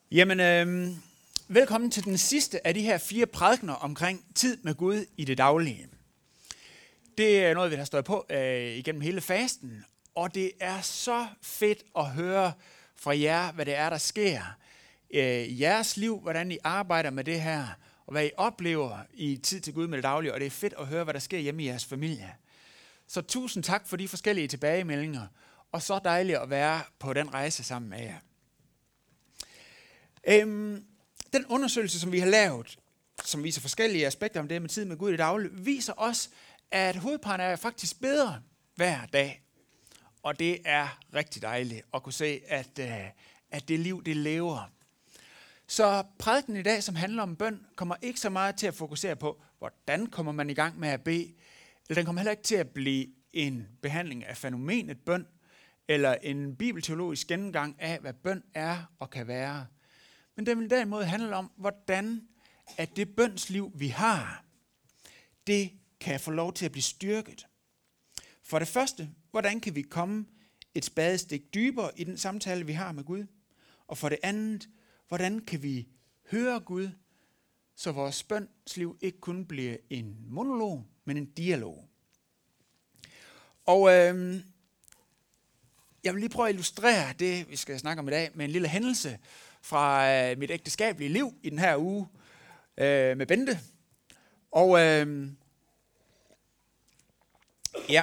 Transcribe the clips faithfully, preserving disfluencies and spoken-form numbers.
Jamen, øh, velkommen til den sidste af de her fire prædikener omkring tid med Gud i det daglige. Det er noget, vi har stået på øh, igennem hele fasten, og det er så fedt at høre fra jer, hvad det er, der sker øh, i jeres liv, hvordan I arbejder med det her, og hvad I oplever i tid til Gud med det daglige, og det er fedt at høre, hvad der sker hjemme i jeres familie. Så tusind tak for de forskellige tilbagemeldinger, og så dejligt at være på den rejse sammen med jer. Øhm, den undersøgelse, som vi har lavet, som viser forskellige aspekter om det med tid med Gud i det daglige, viser os, at hovedparten er faktisk bedre hver dag. Og det er rigtig dejligt at kunne se, at, øh, at det liv, det lever. Så prædiken i dag, som handler om bøn, kommer ikke så meget til at fokusere på, hvordan kommer man i gang med at bede. Eller den kommer heller ikke til at blive en behandling af fænomenet bøn, eller en bibelteologisk gennemgang af, hvad bøn er og kan være. Men den vil derimod handle om, hvordan at det bønsliv, vi har, det kan få lov til at blive styrket. For det første, hvordan kan vi komme et spadestik dybere i den samtale, vi har med Gud? Og for det andet, hvordan kan vi høre Gud, så vores bønsliv ikke kun bliver en monolog, men en dialog. Og øh, jeg vil lige prøve at illustrere det, vi skal snakke om i dag, med en lille hændelse fra øh, mit ægteskabelige liv i den her uge øh, med Bente. Og øh, ja,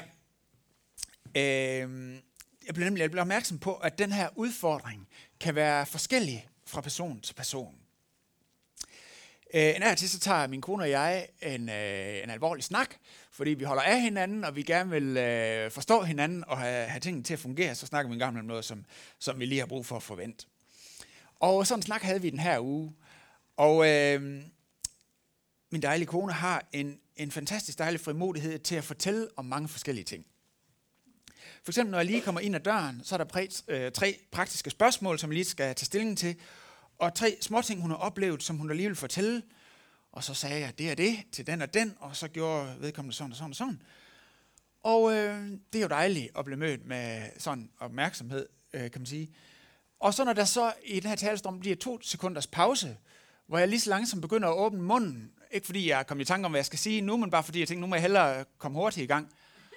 øh, jeg blev nemlig jeg blev opmærksom på, at den her udfordring kan være forskellig fra person til person. Øh, en af til så tager min kone og jeg en, øh, en alvorlig snak, fordi vi holder af hinanden, og vi gerne vil øh, forstå hinanden og have, have tingene til at fungere, så snakker vi en gang om noget, som, som vi lige har brug for at forvente. Og sådan en snak havde vi den her uge. Og øh, min dejlige kone har en, en fantastisk dejlig frimodighed til at fortælle om mange forskellige ting. For eksempel, når jeg lige kommer ind ad døren, så er der præ, øh, tre praktiske spørgsmål, som jeg lige skal tage stilling til. Og tre småting, hun har oplevet, som hun lige vil fortælle. Og så sagde jeg, det er det, til den og den, og så gjorde vedkommende sådan og sådan og sådan. Og øh, det er jo dejligt at blive mødt med sådan opmærksomhed, øh, kan man sige. Og så når der så i den her talestorm bliver to sekunders pause, hvor jeg lige så langsomt begynder at åbne munden, ikke fordi jeg er kommet i tanke om, hvad jeg skal sige nu, men bare fordi jeg tænker, nu må jeg hellere komme hurtigt i gang.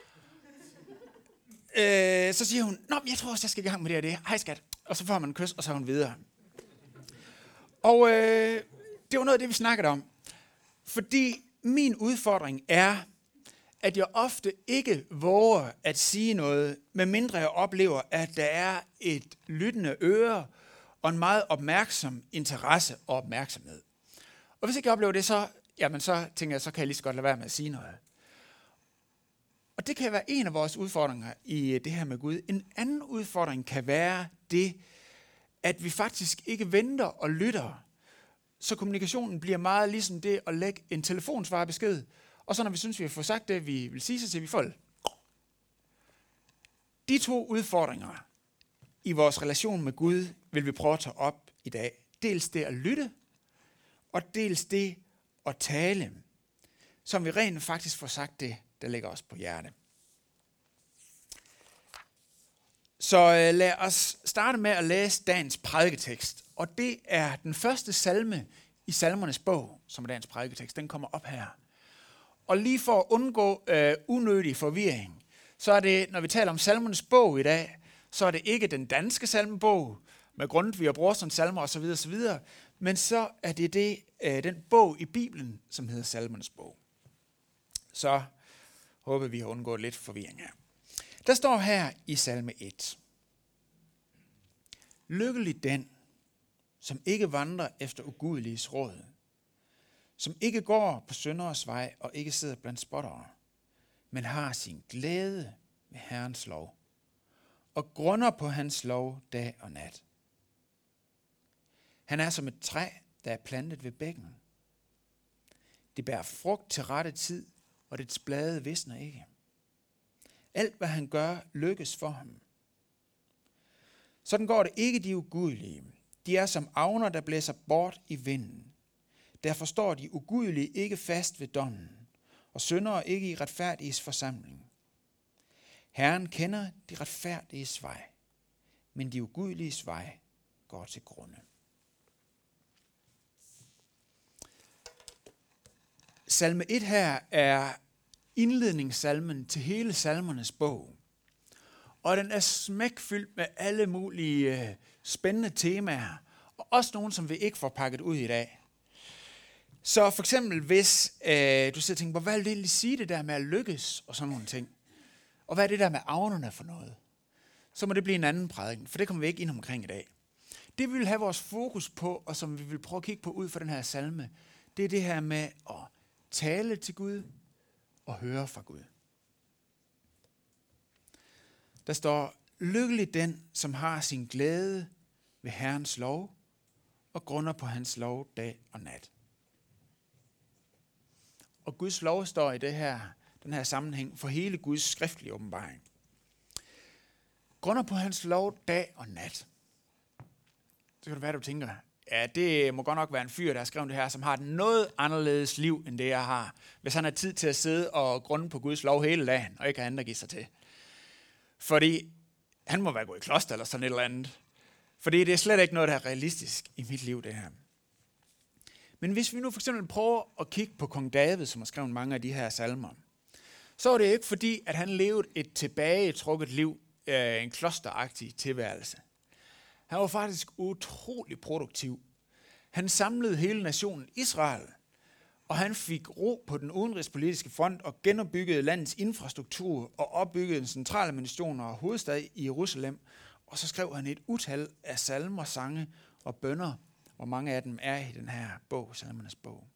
Øh, så siger hun, nå, jeg tror også, jeg skal i gang med det og det. Hej skat. Og så får man en kys, og så er hun videre. Og øh, det var noget af det, vi snakkede om. Fordi min udfordring er, at jeg ofte ikke våger at sige noget, medmindre jeg oplever, at der er et lyttende øre og en meget opmærksom interesse og opmærksomhed. Og hvis ikke jeg oplever det, så, jamen så tænker jeg, så kan jeg lige så godt lade være med at sige noget. Og det kan være en af vores udfordringer i det her med Gud. En anden udfordring kan være det, at vi faktisk ikke venter og lytter, så kommunikationen bliver meget ligesom det at lægge en telefonsvarebesked, og så når vi synes, vi har fået sagt det, vi vil sige, så siger vi fold. De to udfordringer i vores relation med Gud vil vi prøve at tage op i dag. Dels det at lytte, og dels det at tale, som vi rent faktisk får sagt det, der ligger os på hjerte. Så øh, lad os starte med at læse dagens prædiketekst. Og det er den første salme i Salmernes bog, som er dagens prædiketekst. Den kommer op her. Og lige for at undgå øh, unødig forvirring, så er det, når vi taler om Salmernes bog i dag, så er det ikke den danske salmebog med Grundtvig og Brorson salmer osv. osv., men så er det, det øh, den bog i Bibelen, som hedder Salmernes bog. Så håber vi har undgået lidt forvirring her. Der står her i salme et. Lykkelig den, som ikke vandrer efter ugudeliges råd, som ikke går på synderes vej og ikke sidder blandt spottere, men har sin glæde ved Herrens lov og grunder på hans lov dag og nat. Han er som et træ, der er plantet ved bækken. Det bærer frugt til rette tid, og dets blade visner ikke. Alt, hvad han gør, lykkes for ham. Sådan går det ikke de ugudelige. De er som avner, der blæser bort i vinden. Derfor står de ugudelige ikke fast ved dommen, og syndere ikke i retfærdiges forsamling. Herren kender de retfærdiges vej, men de ugudeliges vej går til grunde. salme et her er indledningssalmen til hele salmernes bog. Og den er smækfyldt med alle mulige øh, spændende temaer, og også nogle, som vi ikke får pakket ud i dag. Så for eksempel, hvis øh, du sidder og tænker på, hvad vil det egentlig sige det der med at lykkes og sådan nogle ting? Og hvad er det der med avnerne for noget? Så må det blive en anden prædiken, for det kommer vi ikke ind omkring i dag. Det vi vil have vores fokus på, og som vi vil prøve at kigge på ud fra den her salme, det er det her med at tale til Gud og høre fra Gud. Der står, lykkelig den, som har sin glæde ved Herrens lov og grunder på hans lov dag og nat. Og Guds lov står i det her, den her sammenhæng for hele Guds skriftlige åbenbaring. Grunder på hans lov dag og nat. Så kan det være, du tænker, ja, det må godt nok være en fyr, der har skrevet det her, som har et noget anderledes liv, end det jeg har, hvis han har tid til at sidde og grunde på Guds lov hele dagen, og ikke har andet at give sig til. Fordi han må være gået i kloster eller sådan et eller andet. Fordi det er slet ikke noget, der er realistisk i mit liv, det her. Men hvis vi nu for eksempel prøver at kigge på kong David, som har skrevet mange af de her salmer, så er det ikke fordi, at han levede et tilbagetrukket liv, øh, en klosteragtig tilværelse. Han var faktisk utrolig produktiv. Han samlede hele nationen Israel, og han fik ro på den udenrigspolitiske front og genopbyggede landets infrastruktur og opbyggede en centraladministration og hovedstad i Jerusalem. Og så skrev han et utal af salmer, sange og bønner, hvor mange af dem er i den her bog, salmernes bog.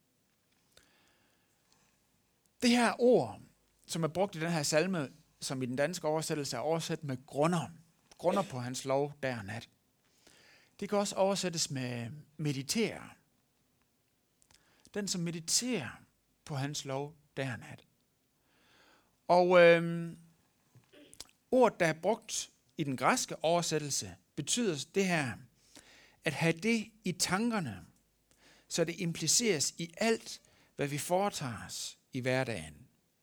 Det her ord, som er brugt i den her salme, som i den danske oversættelse er oversat med grunder, grunder på hans lov dag og nat. Det kan også oversættes med meditere. Den, som mediterer på hans lov dag og nat. Og øh, ordet, der er brugt i den græske oversættelse, betyder det her, at have det i tankerne, så det impliceres i alt, hvad vi foretager os i hverdagen.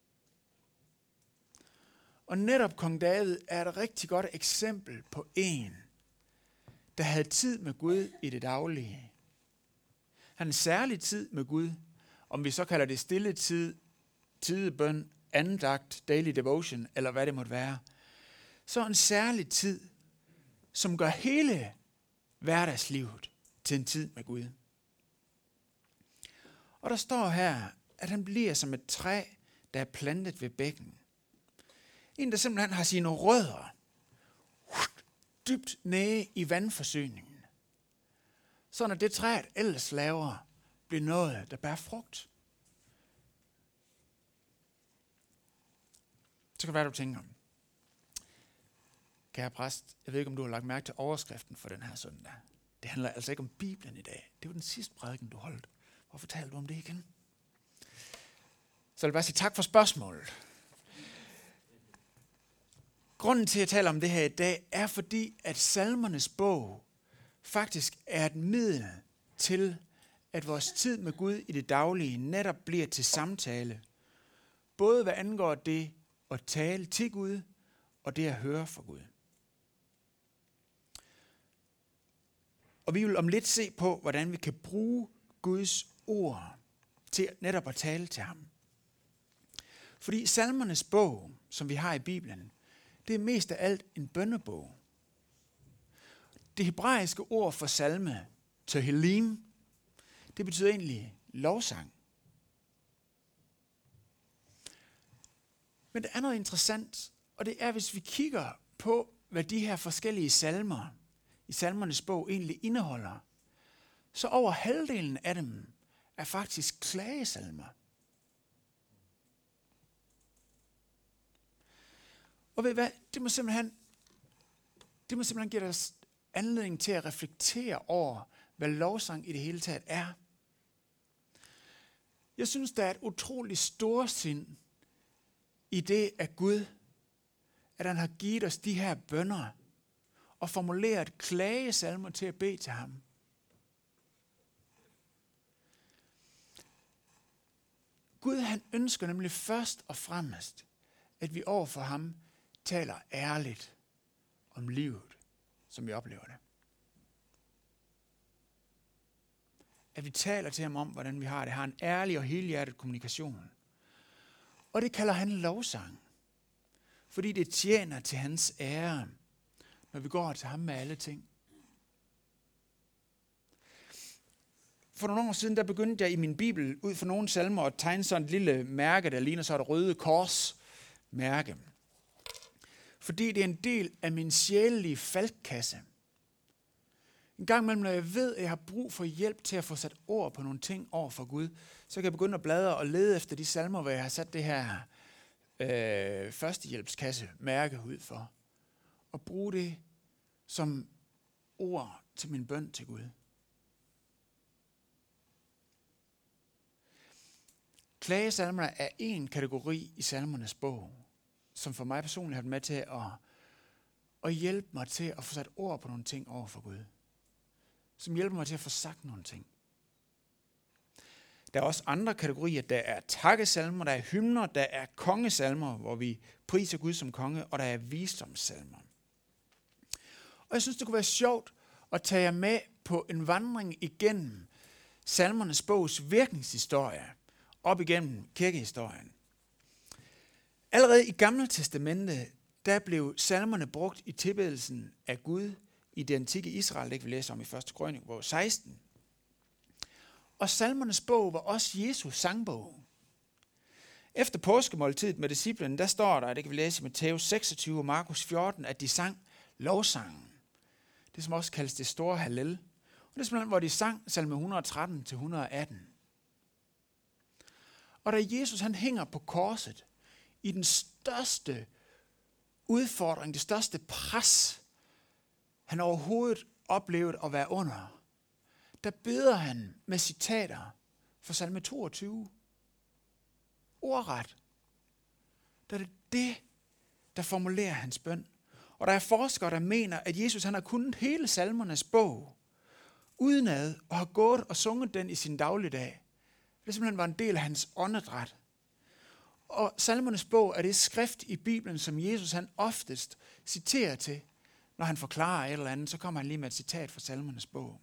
Og netop kong David er et rigtig godt eksempel på en, der havde tid med Gud i det daglige. Han havde særlig tid med Gud, om vi så kalder det stille tid, tidebøn, andagt, daily devotion, eller hvad det måtte være. Så en særlig tid, som gør hele hverdagslivet til en tid med Gud. Og der står her, at han bliver som et træ, der er plantet ved bækken. En, der simpelthen har sine rødder dybt nede i vandforsyningen. Så når det træet ellers laver, bliver noget, der bærer frugt. Så kan det være, du tænker, kære præst, jeg ved ikke, om du har lagt mærke til overskriften for den her søndag. Det handler altså ikke om Bibelen i dag. Det var den sidste prædiken, du holdt. Hvorfor taler du om det igen? Så jeg vil bare sige tak for spørgsmålet. Grunden til, at jeg taler om det her i dag, er fordi, at salmernes bog faktisk er et middel til, at vores tid med Gud i det daglige netop bliver til samtale. Både hvad angår det at tale til Gud, og det at høre fra Gud. Og vi vil om lidt se på, hvordan vi kan bruge Guds ord til netop at tale til ham. Fordi salmernes bog, som vi har i Bibelen, det er mest af alt en bønnebog. Det hebraiske ord for salme, tehillim, det betyder egentlig lovsang. Men det er noget interessant, og det er, hvis vi kigger på, hvad de her forskellige salmer i salmernes bog egentlig indeholder, så over halvdelen af dem er faktisk klagesalmer. Og ved hvad? Det må simpelthen, det må simpelthen give os anledning til at reflektere over, hvad lovsang i det hele taget er. Jeg synes, der er et utroligt storsind i det af Gud, at han har givet os de her bønner og formuleret klagesalmer til at bede til ham. Gud, han ønsker nemlig først og fremmest, at vi overfor ham taler ærligt om livet, som vi oplever det. at vi taler til ham om, hvordan vi har det, har en ærlig og helhjertet kommunikation. Og det kalder han lovsang, fordi det tjener til hans ære, når vi går til ham med alle ting. For nogle år siden, der begyndte jeg i min bibel, ud fra nogle salmer, at tegne sådan et lille mærke, der ligner så et røde kors mærke. Fordi det er en del af min sjælelige faltkasse. En gang imellem, når jeg ved, at jeg har brug for hjælp til at få sat ord på nogle ting over for Gud, så kan jeg begynde at bladre og lede efter de salmer, hvor jeg har sat det her øh, førstehjælpskasse mærke ud for. Og bruge det som ord til min bøn til Gud. Klagesalmerne er en kategori i salmernes bog, som for mig personligt har været med til at, at hjælpe mig til at få sat ord på nogle ting over for Gud. Som hjælper mig til at få sagt nogle ting. Der er også andre kategorier. Der er takkesalmer, der er hymner, der er kongesalmer, hvor vi priser Gud som konge, og der er visdomssalmer. Og jeg synes, det kunne være sjovt at tage jer med på en vandring igennem salmernes bogs virkningshistorie, op igennem kirkehistorien. Allerede i Gamle Testamente, der blev salmerne brugt i tilbedelsen af Gud i det antikke Israel, det kan vi læse om i første Krønikebog seksten. Og salmernes bog var også Jesus sangbog. Efter påskemåltidet med disciplene, der står der, det kan vi læse i Matthæus seksogtyve og Markus fjorten, at de sang lovsangen. Det som også kaldes det store Hallel. Og det er simpelthen, hvor de sang salme et hundrede og tretten til et hundrede og atten. Og da Jesus han hænger på korset, i den største udfordring, det største pres, han overhovedet oplevede at være under, der beder han med citater fra salme toogtyve. Ordret. Der er det det, der formulerer hans bøn. Og der er forskere, der mener, at Jesus han har kunnet hele salmernes bog, udenad og har gået og sunget den i sin dagligdag. Det simpelthen var en del af hans åndedræt. Og salmernes bog er det skrift i Bibelen, som Jesus han oftest citerer til. Når han forklarer et eller andet, så kommer han lige med et citat fra salmernes bog.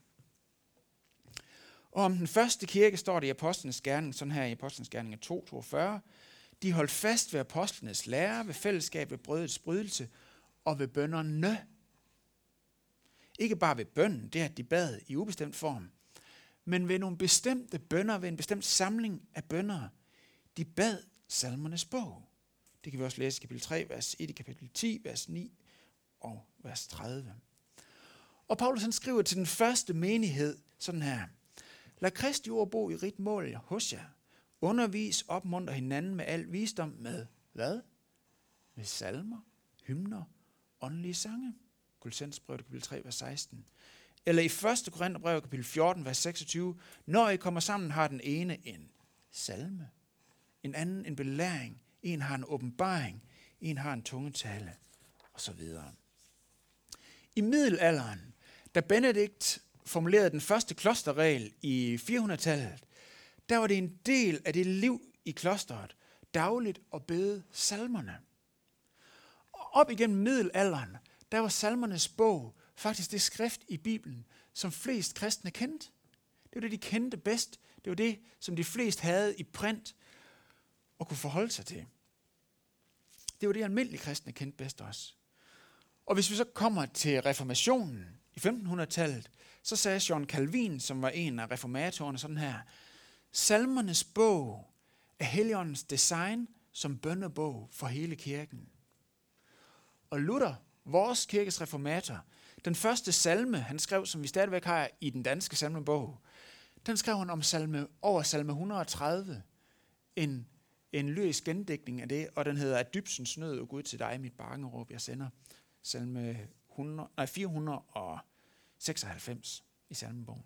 Og om den første kirke står det i Apostlenes Gerning, sådan her i Apostlenes Gerning to toogfyrre. De holdt fast ved apostlenes lære, ved fællesskab, ved brødets brydelse og ved bønnerne. Ikke bare ved bønnen, det at de bad i ubestemt form, men ved nogle bestemte bønner, ved en bestemt samling af bønner. De bad salmernes bog. Det kan vi også læse i kapitel tre, vers et, i kapitel ti, vers ni og vers tredive. Og Paulus han skriver til den første menighed sådan her. Lad Kristi ord bo i rigt mål hos jer. Undervis, opmunter hinanden med al visdom med hvad? Med salmer, hymner, åndelige sange. Kolossenserbrevet kapitel tre, vers seksten. Eller i første Korintherbrev kapitel fjorten, vers seksogtyve. Når I kommer sammen, har den ene en salme, en anden en belæring, en har en åbenbaring, en har en tungetale, og så videre. I middelalderen, da Benedikt formulerede den første klosterregel i fire hundrede-tallet, der var det en del af det liv i klosteret, dagligt at bede salmerne. Og op igennem middelalderen, der var salmernes bog faktisk det skrift i Bibelen, som flest kristne kendte. Det var det, de kendte bedst. Det var det, som de flest havde i print og kunne forholde sig til. Det var det, almindelige kristne kendte bedst også. Og hvis vi så kommer til reformationen i femten hundrede-tallet, så sagde John Calvin, som var en af reformatorerne, sådan her: salmernes bog er Helligåndens design som bønnebog for hele kirken. Og Luther, vores kirkes reformator, den første salme, han skrev, som vi stadigvæk har i den danske salmebog, den skrev han om salme, over salme et hundrede og tredive, en, en lyrisk gendækning af det, og den hedder At dybsens nød og Gud til dig, mit bangeråb, jeg sender. Salme hundrede, nej, fire hundrede og seksoghalvfems i salmebogen.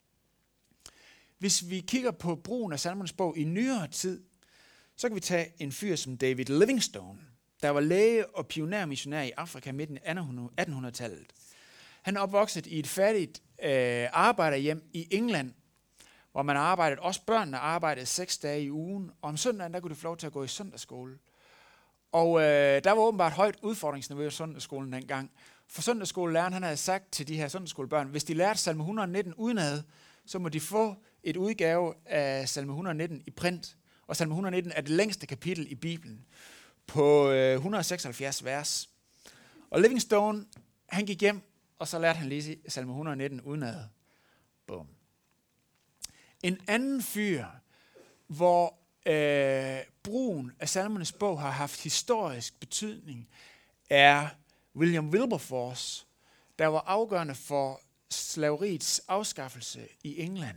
Hvis vi kigger på brugen af salmernes bog i nyere tid, så kan vi tage en fyr som David Livingstone, der var læge og pionermissionær i Afrika midt i atten hundrede-tallet. Han er opvokset i et fattigt øh, arbejderhjem i England, hvor man arbejdede, også børnene arbejdede seks dage i ugen, og om søndagen der kunne de få lov til at gå i søndagsskole. Og øh, der var åbenbart højt udfordringsniveau i søndagsskolen dengang. For søndagsskolelæreren han havde sagt til de her søndagsskolebørn, hvis de lærte salme et hundrede og nitten udenad, så må de få et udgave af salme et hundrede nitten i print, og salme et hundrede nitten er det længste kapitel i Bibelen, på et hundrede og seksoghalvfjerds vers. Og Livingstone, han gik hjem, og så lærte han lige salme et hundrede nitten udenad. Bum. En anden fyr, hvor øh, brugen af salmernes bog har haft historisk betydning, er William Wilberforce, der var afgørende for slaveriets afskaffelse i England.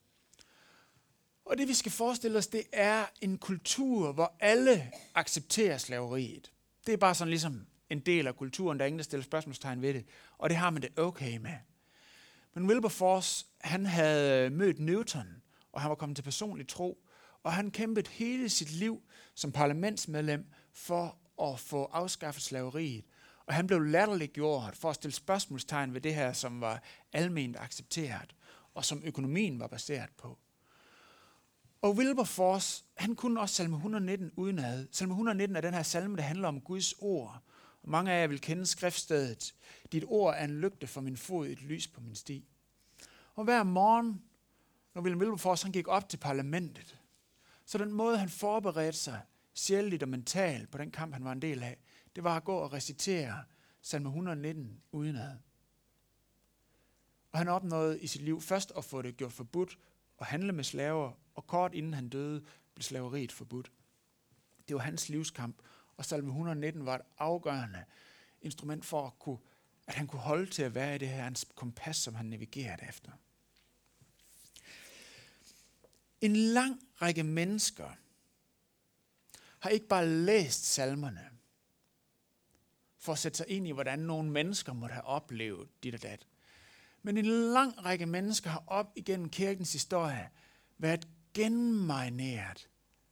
Og det vi skal forestille os, det er en kultur, hvor alle accepterer slaveriet. Det er bare sådan ligesom en del af kulturen, der er ingen, der stiller spørgsmålstegn ved det. Og det har man det okay med. Men Wilberforce, han havde mødt Newton, og han var kommet til personlig tro, og han kæmpede hele sit liv som parlamentsmedlem for at få afskaffet slaveriet. Og han blev latterliggjort for at stille spørgsmålstegn ved det her, som var alment accepteret, og som økonomien var baseret på. Og Wilberforce, han kunne også salme et hundrede nitten udenad. Salme et hundrede nitten er den her salme, der handler om Guds ord. Og mange af jer vil kende skriftstedet. Dit ord er en lygte for min fod, et lys på min sti. Og hver morgen, når William Wilberforce han gik op til parlamentet, så den måde, han forberedte sig sjældent og mentalt på den kamp, han var en del af, det var at gå og recitere salme et hundrede nitten udenad. Og han opnåede i sit liv først at få det gjort forbudt at handle med slaver, og kort inden han døde, blev slaveriet forbudt. Det var hans livskamp, og salme et hundrede nitten var et afgørende instrument for, at, kunne, at han kunne holde til at være i det her hans kompas, som han navigerede efter. En lang række mennesker har ikke bare læst salmerne for at sætte sig ind i, hvordan nogle mennesker måtte have oplevet dit og dat. Men en lang række mennesker har op igennem kirkens historie været genmarineret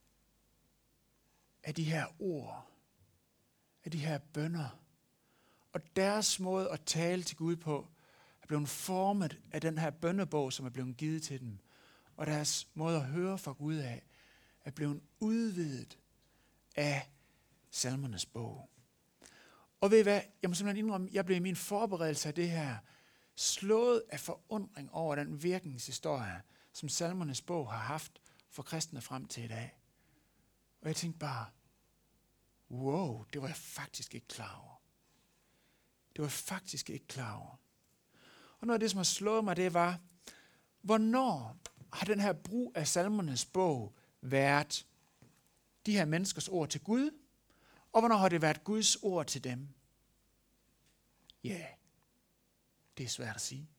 af de her ord, af de her bønner. Og deres måde at tale til Gud på er blevet formet af den her bønnebog, som er blevet givet til dem. Og deres måde at høre fra Gud af er blevet udvidet af salmernes bog. Og ved I hvad? Jeg må simpelthen indrømme, jeg blev i min forberedelse af det her slået af forundring over den virkningshistorie, som salmernes bog har haft for kristne frem til i dag. Og jeg tænkte bare, wow, det var jeg faktisk ikke klar over. Det var jeg faktisk ikke klar over. Og noget af det, som har slået mig, det var, hvornår har den her brug af salmernes bog været de her menneskers ord til Gud, og hvornår har det været Guds ord til dem? Ja, yeah. Det er svært at sige.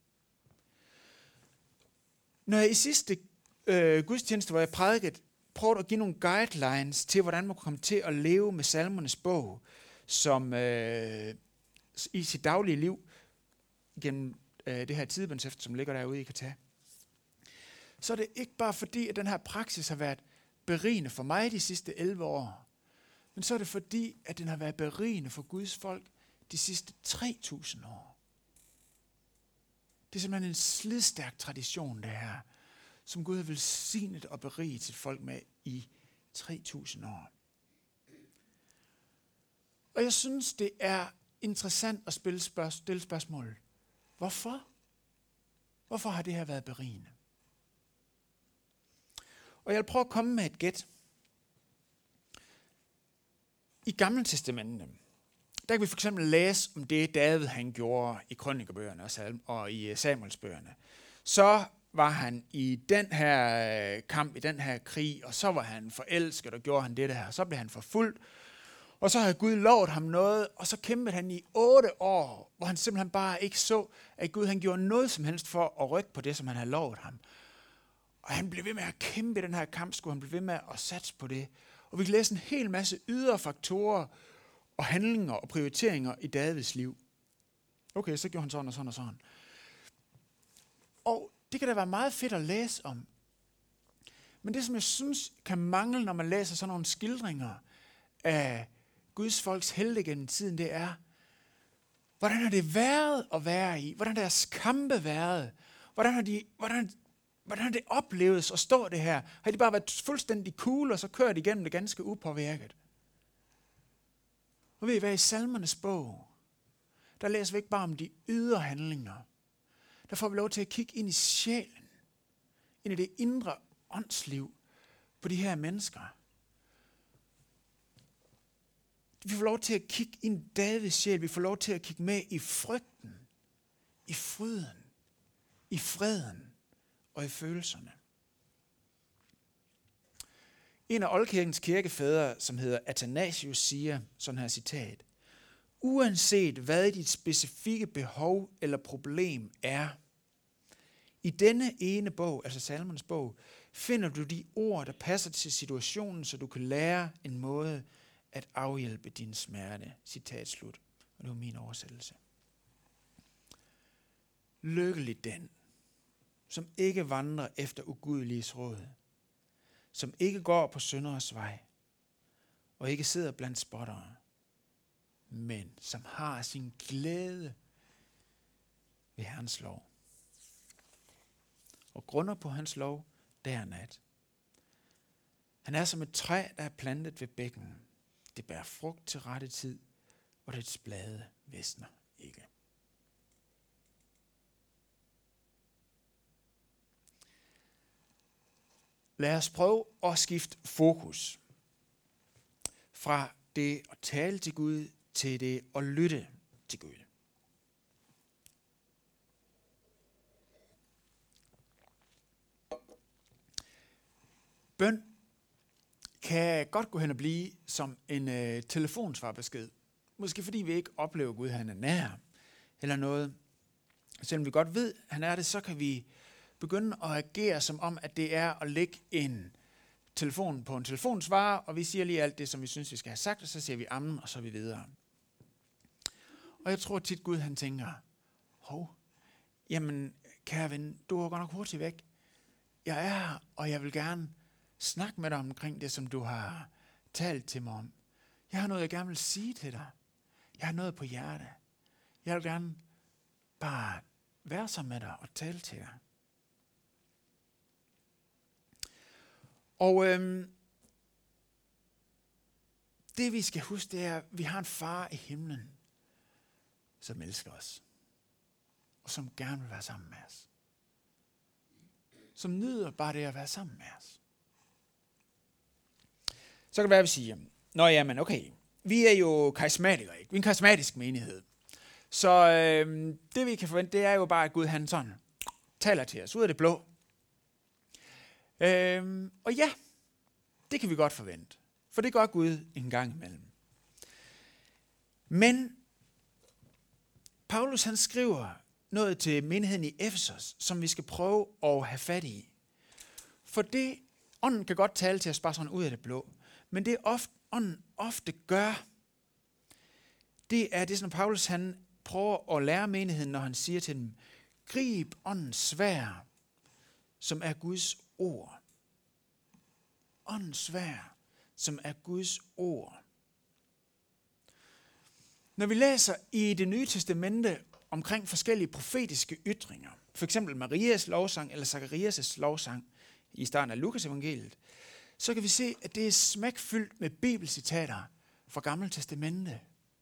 Når jeg i sidste øh, gudstjeneste, hvor jeg prædikede, prøvede at give nogle guidelines til, hvordan man kunne komme til at leve med salmernes bog, som øh, i sit daglige liv, gennem øh, det her tidebønshæfte, som ligger derude, I kan tage, så er det ikke bare fordi, at den her praksis har været berigende for mig de sidste elleve år, men så er det fordi, at den har været berigende for Guds folk de sidste tre tusind år. Det er simpelthen en slidstærk tradition, det her, som Gud har velsignet og beriget sit folk med i tre tusind år. Og jeg synes, det er interessant at spille spørg- stille spørgsmålet. Hvorfor? Hvorfor har det her været berigende? Og jeg vil prøve at komme med et gæt. I Gamle Testamentet, der kan vi for eksempel læse om det, David han gjorde i krønikebøgerne og i Samuelsbøgerne. Så var han i den her kamp, i den her krig, og så var han forelsket, og gjorde han det der. Så blev han forfulgt, og så havde Gud lovet ham noget, og så kæmpede han i otte år, hvor han simpelthen bare ikke så, at Gud han gjorde noget som helst for at rykke på det, som han havde lovet ham. Og han blev ved med at kæmpe i den her kamp, skulle han blive ved med at satse på det. Og vi kan læse en hel masse ydre faktorer og handlinger og prioriteringer i Davids liv. Okay, så gjorde han sådan og sådan og sådan. Og det kan da være meget fedt at læse om. Men det, som jeg synes kan mangle, når man læser sådan nogle skildringer af Guds folks helte gennem tiden, det er, hvordan har det været at være i? Hvordan har deres kampe været? Hvordan har de, hvordan, hvordan har det oplevet at stå det her? Har de bare været fuldstændig cool, og så kørt igennem det ganske upåvirket? Og ved I hvad, i salmernes bog, der læser vi ikke bare om de ydre handlinger. Der får vi lov til at kigge ind i sjælen, ind i det indre åndsliv på de her mennesker. Vi får lov til at kigge ind i Davids sjæl. Vi får lov til at kigge med i frygten, i fryden, i freden og i følelserne. En af oldkirkens kirkefædre, som hedder Athanasius, siger sådan her citat: uanset hvad dit specifikke behov eller problem er, i denne ene bog, altså Salmernes bog, finder du de ord, der passer til situationen, så du kan lære en måde at afhjælpe din smerte. Citat slut. Og det var min oversættelse. Lykkelig den, som ikke vandrer efter ugudeliges råd, som ikke går på synderes vej, og ikke sidder blandt spottere, men som har sin glæde ved Herrens lov, og grunder på hans lov dag og nat. Han er som et træ, der er plantet ved bækken. Det bærer frugt til rette tid, og dets blade visner ikke. Lad os prøve at skifte fokus fra det at tale til Gud til det at lytte til Gud. Bøn kan godt gå hen og blive som en øh, telefonsvarbesked. Måske fordi vi ikke oplever Gud, han er nær, eller noget. Selvom vi godt ved, han er det, så kan vi begynde at agere som om, at det er at lægge en telefon på en telefonsvarer, og vi siger lige alt det, som vi synes, vi skal have sagt, og så siger vi amen, og så er vi videre. Og jeg tror tit, Gud han tænker, hov, jamen kære ven, du er godt nok hurtigt væk. Jeg er her, og jeg vil gerne snakke med dig omkring det, som du har talt til mig om. Jeg har noget, jeg gerne vil sige til dig. Jeg har noget på hjerte. Jeg vil gerne bare være sammen med dig og tale til dig. Og øhm, det vi skal huske, det er, at vi har en far i himlen, som elsker os. Og som gerne vil være sammen med os. Som nyder bare det at være sammen med os. Så kan det være, at vi siger, nå jamen okay, vi er jo karismatikere, ikke? Vi er en karismatisk menighed. Så øhm, det vi kan forvente, det er jo bare, at Gud han sådan taler til os ud af det blå. Øhm, og ja, det kan vi godt forvente. For det gør Gud en gang imellem. Men Paulus han skriver noget til menigheden i Efesos, som vi skal prøve at have fat i. For det, ånden kan godt tale til os bare sådan ud af det blå. Men det ofte, ånden ofte gør, det er det, som Paulus han prøver at lære menigheden, når han siger til dem, grib åndens sværd, som er Guds ord. Åndens sværd, som er Guds ord. Når vi læser i Det Nye Testamente omkring forskellige profetiske ytringer, for eksempel Marias lovsang eller Zakarias' lovsang i starten af Lukas evangeliet, så kan vi se, at det er smækfyldt med bibelcitater fra Gamle Testamente.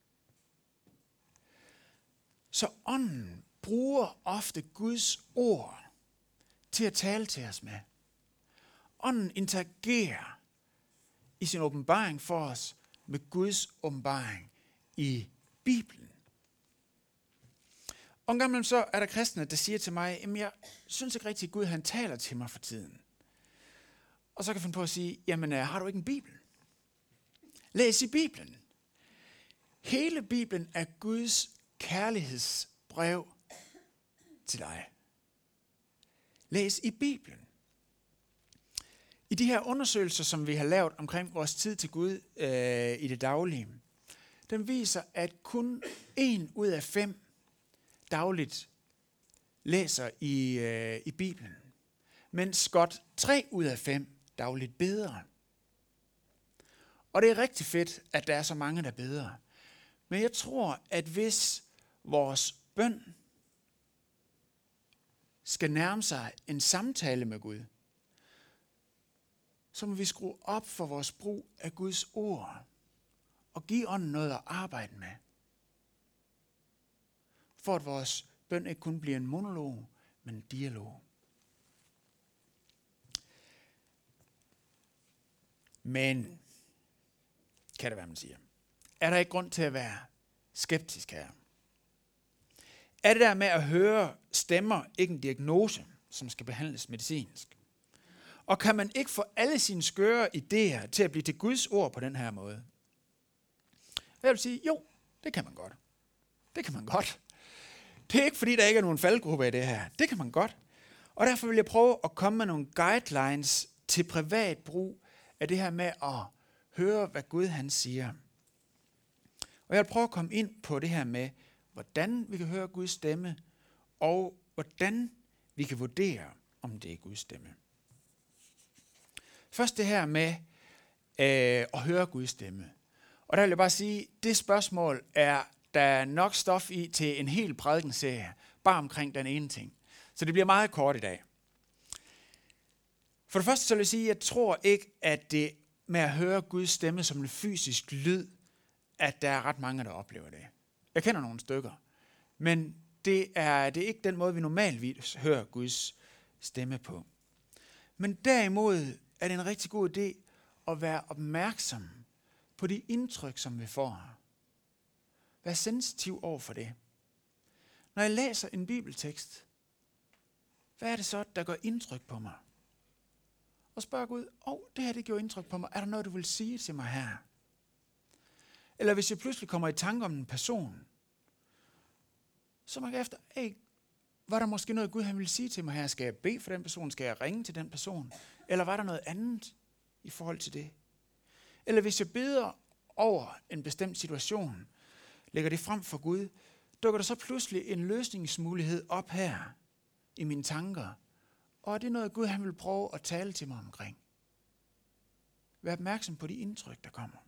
Så ånden bruger ofte Guds ord til at tale til os med. Ånden interagerer i sin åbenbaring for os med Guds åbenbaring i Bibelen. Og en gang så er der kristne, der siger til mig, jamen jeg synes ikke rigtig, at Gud han taler til mig for tiden. Og så kan jeg finde på at sige, jamen har du ikke en Bibel? Læs i Bibelen. Hele Bibelen er Guds kærlighedsbrev til dig. Læs i Bibelen. I de her undersøgelser, som vi har lavet omkring vores tid til Gud øh, i det daglige, den viser, at kun en ud af fem dagligt læser i, øh, i Bibelen, mens godt tre ud af fem dagligt beder. Og det er rigtig fedt, at der er så mange, der beder. Men jeg tror, at hvis vores bøn skal nærme sig en samtale med Gud, så må vi skrue op for vores brug af Guds ord og give ånden noget at arbejde med. For at vores bøn ikke kun bliver en monolog, men en dialog. Men, kan det være, man siger, er der ikke grund til at være skeptisk her? Er det der med at høre stemmer ikke en diagnose, som skal behandles medicinsk? Og kan man ikke få alle sine skøre idéer til at blive til Guds ord på den her måde? Jeg vil sige, jo, det kan man godt. Det kan man godt. Det er ikke fordi, der ikke er nogen faldgrupper i det her. Det kan man godt. Og derfor vil jeg prøve at komme med nogle guidelines til privat brug af det her med at høre, hvad Gud han siger. Og jeg vil prøve at komme ind på det her med, hvordan vi kan høre Guds stemme, og hvordan vi kan vurdere, om det er Guds stemme. Først det her med øh, at høre Guds stemme. Og der vil jeg bare sige, det spørgsmål er der er nok stof i til en hel prædikenserie, bare omkring den ene ting. Så det bliver meget kort i dag. For det første så vil jeg sige, at jeg tror ikke, at det med at høre Guds stemme som en fysisk lyd, at der er ret mange, der oplever det. Jeg kender nogle stykker, men det er, det er ikke den måde, vi normalvis hører Guds stemme på. Men derimod er det en rigtig god idé at være opmærksom på de indtryk, som vi får. Vær sensitiv over for det. Når jeg læser en bibeltekst, hvad er det så, der gør indtryk på mig? Og spørg Gud, åh, oh, det her det gjorde indtryk på mig. Er der noget, du vil sige til mig her? Eller hvis jeg pludselig kommer i tanke om en person, så man efter, hey, var der måske noget, Gud han ville sige til mig her? Skal jeg bede for den person? Skal jeg ringe til den person? Eller var der noget andet i forhold til det? Eller hvis jeg beder over en bestemt situation, lægger det frem for Gud, dukker der så pludselig en løsningsmulighed op her i mine tanker. Og er det noget, Gud han vil prøve at tale til mig omkring? Vær opmærksom på de indtryk, der kommer.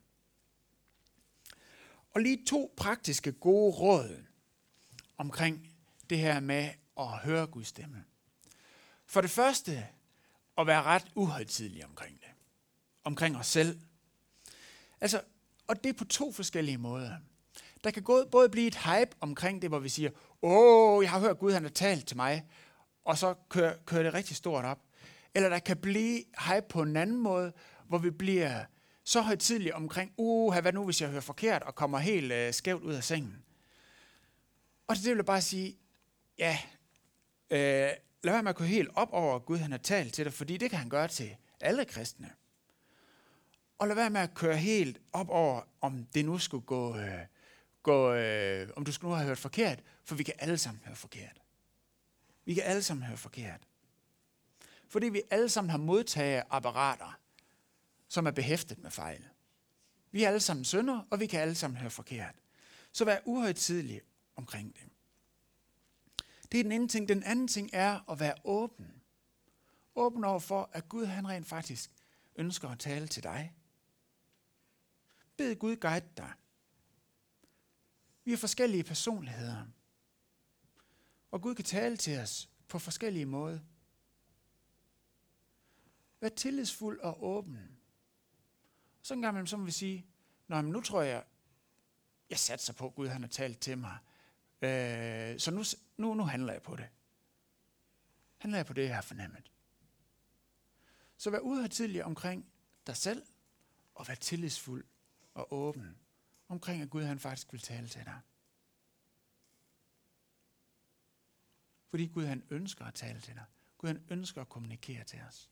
Og lige to praktiske gode råd omkring det her med at høre Guds stemme. For det første, at være ret uhøjtidelig omkring det. Omkring os selv. Altså, og det er på to forskellige måder. Der kan både blive et hype omkring det, hvor vi siger, åh, jeg har hørt Gud, han har talt til mig, og så kører, kører det rigtig stort op. Eller der kan blive hype på en anden måde, hvor vi bliver så højtidlige omkring, uh, hvad nu, hvis jeg hører forkert, og kommer helt øh, skævt ud af sengen. Og det vil jeg bare sige, ja, øh, lad være med at gå helt op over, at Gud han har talt til dig, fordi det kan han gøre til alle kristne. Og lad være med at køre helt op over, om det nu skulle gå, øh, gå øh, om du skulle nu have hørt forkert, for vi kan alle sammen høre forkert. Vi kan alle sammen høre forkert. Fordi vi alle sammen har modtageapparater, som er behæftet med fejl. Vi er alle sammen syndere, og vi kan alle sammen høre forkert. Så vær uhøjtidlig omkring det. Det er den ene ting. Den anden ting er at være åben. Åben over for, at Gud han rent faktisk ønsker at tale til dig. Bed Gud guide dig. Vi er forskellige personligheder. Og Gud kan tale til os på forskellige måder. Vær tillidsfuld og åben. Så en gang imellem, så må vi sige, nå, men nu tror jeg, jeg satser på, at Gud han har talt til mig. Øh, så nu, nu, nu handler jeg på det. Handler jeg på det, jeg har fornemmet. Så vær uhøjtidelig omkring dig selv, og vær tillidsfuld og åben omkring, at Gud han faktisk vil tale til dig. Fordi Gud han ønsker at tale til dig. Gud han ønsker at kommunikere til os.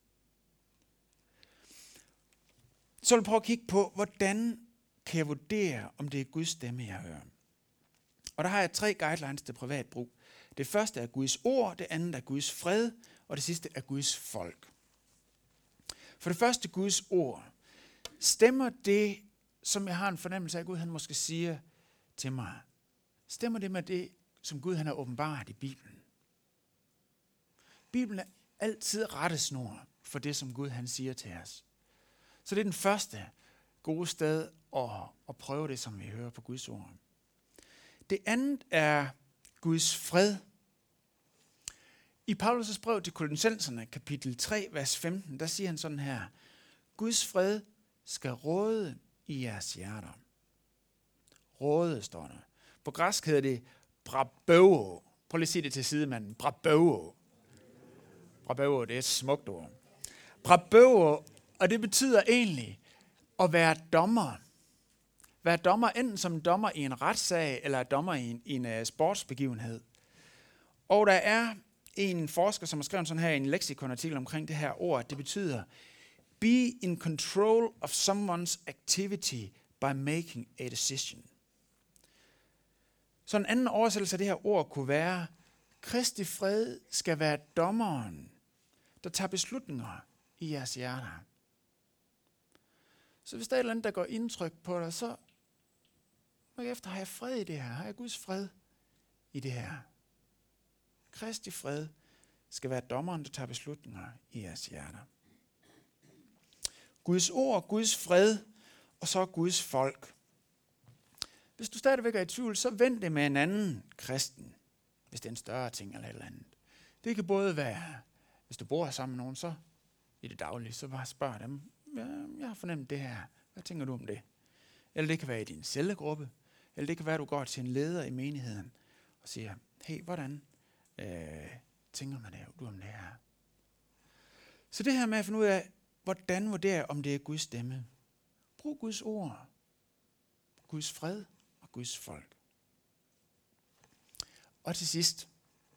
Så vil jeg prøve at kigge på, hvordan kan jeg vurdere, om det er Guds stemme, jeg hører. Og der har jeg tre guidelines til privat brug. Det første er Guds ord, det andet er Guds fred, og det sidste er Guds folk. For det første Guds ord. Stemmer det, som jeg har en fornemmelse af, at Gud han måske siger til mig? Stemmer det med det, som Gud han har åbenbaret i Bibelen? Bibelen er altid rettesnor for det, som Gud han siger til os. Så det er den første gode sted at, at prøve det, som vi hører på Guds ord. Det andet er Guds fred. I Paulus' brev til Kolossenserne, kapitel tre, vers femten, der siger han sådan her: Guds fred skal råde i jeres hjerter. Råde, står der. På græsk hedder det brabøo. Prøv lige at sige det til sidemanden. Brabøo. Brabøo, det er et smukt ord. Brabøo, Og det betyder egentlig at være dommer. Være dommer enten som dommer i en retssag, eller dommer i en, i en uh, sportsbegivenhed. Og der er en forsker, som har skrevet sådan her i en leksikonartikel omkring det her ord. Det betyder, be in control of someone's activity by making a decision. Så en anden oversættelse af det her ord kunne være, Kristi fred skal være dommeren, der tager beslutninger i jeres hjerter. Så hvis der er et eller andet, der går indtryk på dig, så efter har jeg fred i det her. Har jeg Guds fred i det her? Kristi fred skal være dommeren, der tager beslutninger i jeres hjerter. Guds ord, Guds fred, og så Guds folk. Hvis du stadigvæk er i tvivl, så vend det med en anden kristen, hvis det er en større ting eller et eller andet. Det kan både være, hvis du bor sammen med nogen, så i det daglige, så bare spørg dem, ja, jeg har fornemt det her, hvad tænker du om det? Eller det kan være i din cellegruppe, eller det kan være, at du går til en leder i menigheden og siger, hey, hvordan øh, tænker man det, du om det her? Så det her med at finde ud af, hvordan vurdere, om det er Guds stemme. Brug Guds ord, Guds fred og Guds folk. Og til sidst,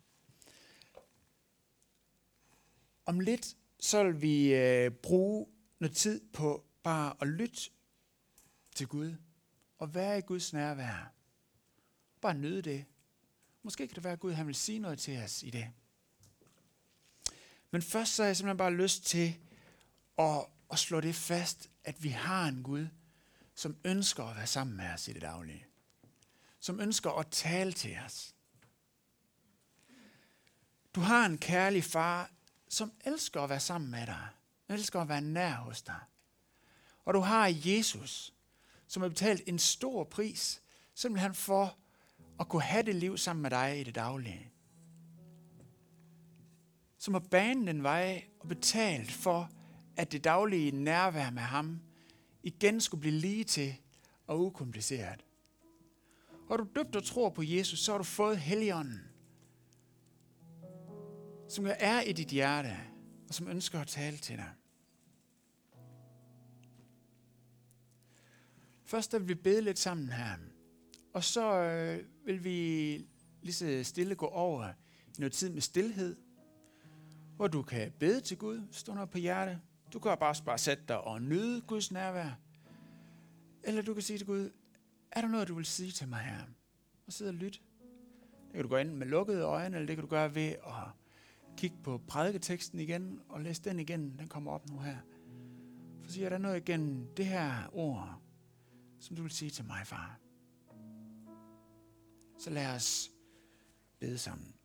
om lidt, så vil vi øh, bruge noget tid på bare at lytte til Gud, og være i Guds nærvær. Bare nyde det. Måske kan det være, at Gud han vil sige noget til os i det. Men først så har jeg simpelthen bare lyst til at, at slå det fast, at vi har en Gud, som ønsker at være sammen med os i det daglige. Som ønsker at tale til os. Du har en kærlig far, som elsker at være sammen med dig. Elsker at være nær hos dig. Og du har Jesus, som har betalt en stor pris, simpelthen for at kunne have det liv sammen med dig i det daglige. Som har banet en vej og betalt for, at det daglige nærvær med ham igen skulle blive lige til og ukompliceret. Og du døbt og tror på Jesus, så har du fået Helligånden, som er i dit hjerte, og som ønsker at tale til dig. Først vil vi bede lidt sammen her, og så øh, vil vi lige så stille gå over i noget tid med stilhed, hvor du kan bede til Gud, stå noget på hjertet. Du kan bare, bare sætte dig og nyde Guds nærvær. Eller du kan sige til Gud, er der noget, du vil sige til mig her? Og sidde og lytte. Det kan du gøre enten med lukkede øjne, eller det kan du gøre ved at kigge på prædiketeksten igen, og læse den igen. Den kommer op nu her. For siger, er der noget igen, det her ord, som du vil sige til mig, far? Så lad os bede sammen.